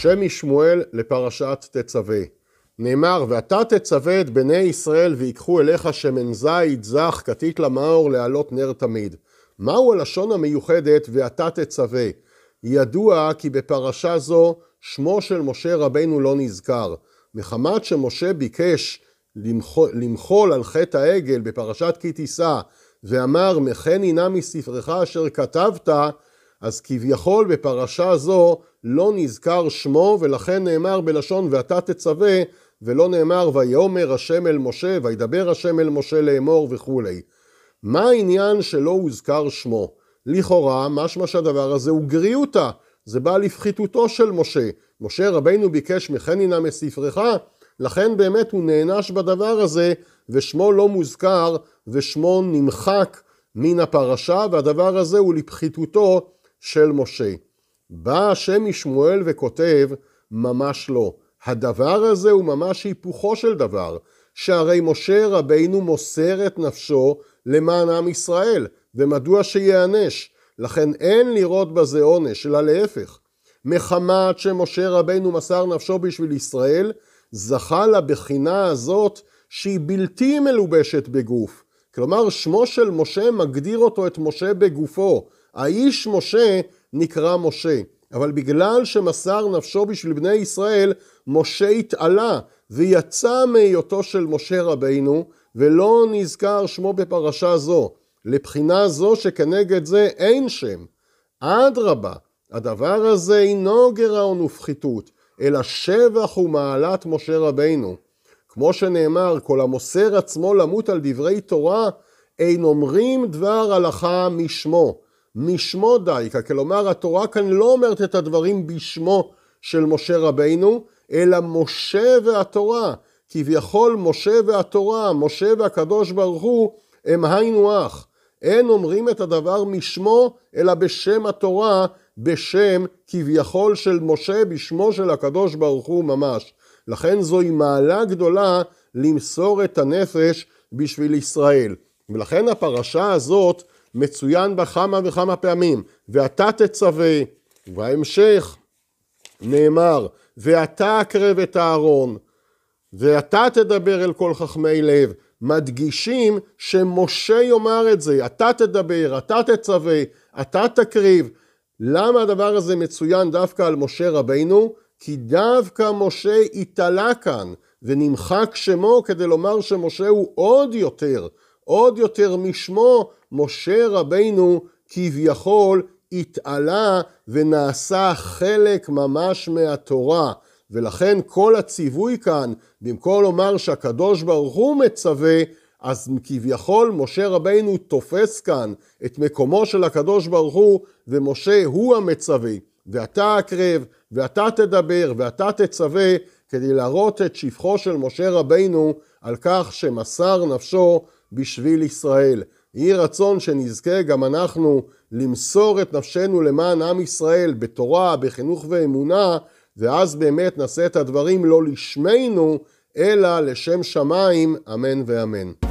שם משמואל לפרשת תצווה. נאמר, ואתה תצווה את בני ישראל ויקחו אליך שמן זית זך כתית למאור להעלות נר תמיד. מהו הלשון המיוחדת ואתה תצווה? ידוע כי בפרשה זו שמו של משה רבינו לא נזכר. מחמת שמשה ביקש למחול על חטא העגל בפרשת כי תישא ואמר מחני נא מספרך אשר כתבת, אז כביכול בפרשה זו לא נזכר שמו, ולכן נאמר בלשון ואתה תצווה, ולא נאמר ויאמר השם אל משה וידבר השם אל משה לאמור וכו'. מה העניין שלא הוזכר שמו? לכאורה משמע שהדבר הזה הוא גריעותא, זה בא לפחיתותו של משה. משה רבינו ביקש מחני נא מספרך, לכן באמת הוא נענש בדבר הזה ושמו לא מוזכר ושמו נמחק מן הפרשה, והדבר הזה הוא לפחיתותו של משה. בא השם משמואל וכותב ממש לא. הדבר הזה הוא ממש היפוכו של דבר, שהרי משה רבינו מוסר את נפשו למען עם ישראל, ומדוע שיענש? לכן אין לראות בזה עונש, אלא להפך. מחמת שמשה רבינו מסר נפשו בשביל ישראל, זכה לבחינה הזאת שהיא בלתי מלובשת בגוף. כלומר שמו של משה מגדיר אותו את משה בגופו. האיש משה נקרא משה, אבל בגלל שמסר נפשו בשביל בני ישראל, משה התעלה ויצא מהיותו של משה רבינו, ולא נזכר שמו בפרשה זו. לבחינה זו שכנגד זה אין שם. אדרבה, הדבר הזה אינו גירעון ופחיתות, אלא שבח ומעלת משה רבינו. כמו שנאמר, כל המוסר עצמו למות על דברי תורה, אין אומרים דבר הלכה משמו. משמו דייקה, כלומר התורה כאן לא אומרת את הדברים בשמו של משה רבינו, אלא משה והתורה. כביכול משה והתורה, משה והקדוש ברוך הוא, הם היינו אח. אין אומרים את הדבר משמו, אלא בשם התורה, בשם כביכול של משה, בשמו של הקדוש ברוך הוא ממש. לכן זוהי מעלה גדולה למסור את הנפש בשביל ישראל. ולכן הפרשה הזאת מצוין בה כמה וכמה פעמים. ואתה תצווה, וההמשך נאמר, ואתה אקרב את הארון, ואתה תדבר אל כל חכמי לב. מדגישים שמשה יאמר את זה, אתה תדבר, אתה תצווה, אתה תקריב. למה הדבר הזה מצוין דווקא על משה רבינו? כי דווקא משה התעלה כאן ונמחק שמו כדי לומר שמשה הוא עוד יותר משמו. משה רבינו כביכול התעלה ונעשה חלק ממש מהתורה, ולכן כל הציווי כאן, במקום לומר שהקדוש ברוך הוא מצווה, אז כביכול משה רבינו תופס כאן את מקומו של הקדוש ברוך הוא, ומשה הוא המצווה. ואתה אקרב, ואתה תדבר, ואתה תצווה, כדי להראות את שבחו של משה רבינו על כך שמסר נפשו בשביל ישראל. יהי רצון שנזכה גם אנחנו למסור את נפשנו למען עם ישראל בתורה, בחינוך ואמונה, ואז באמת נעשה את הדברים לא לשמנו, אלא לשם שמיים, אמן ואמן.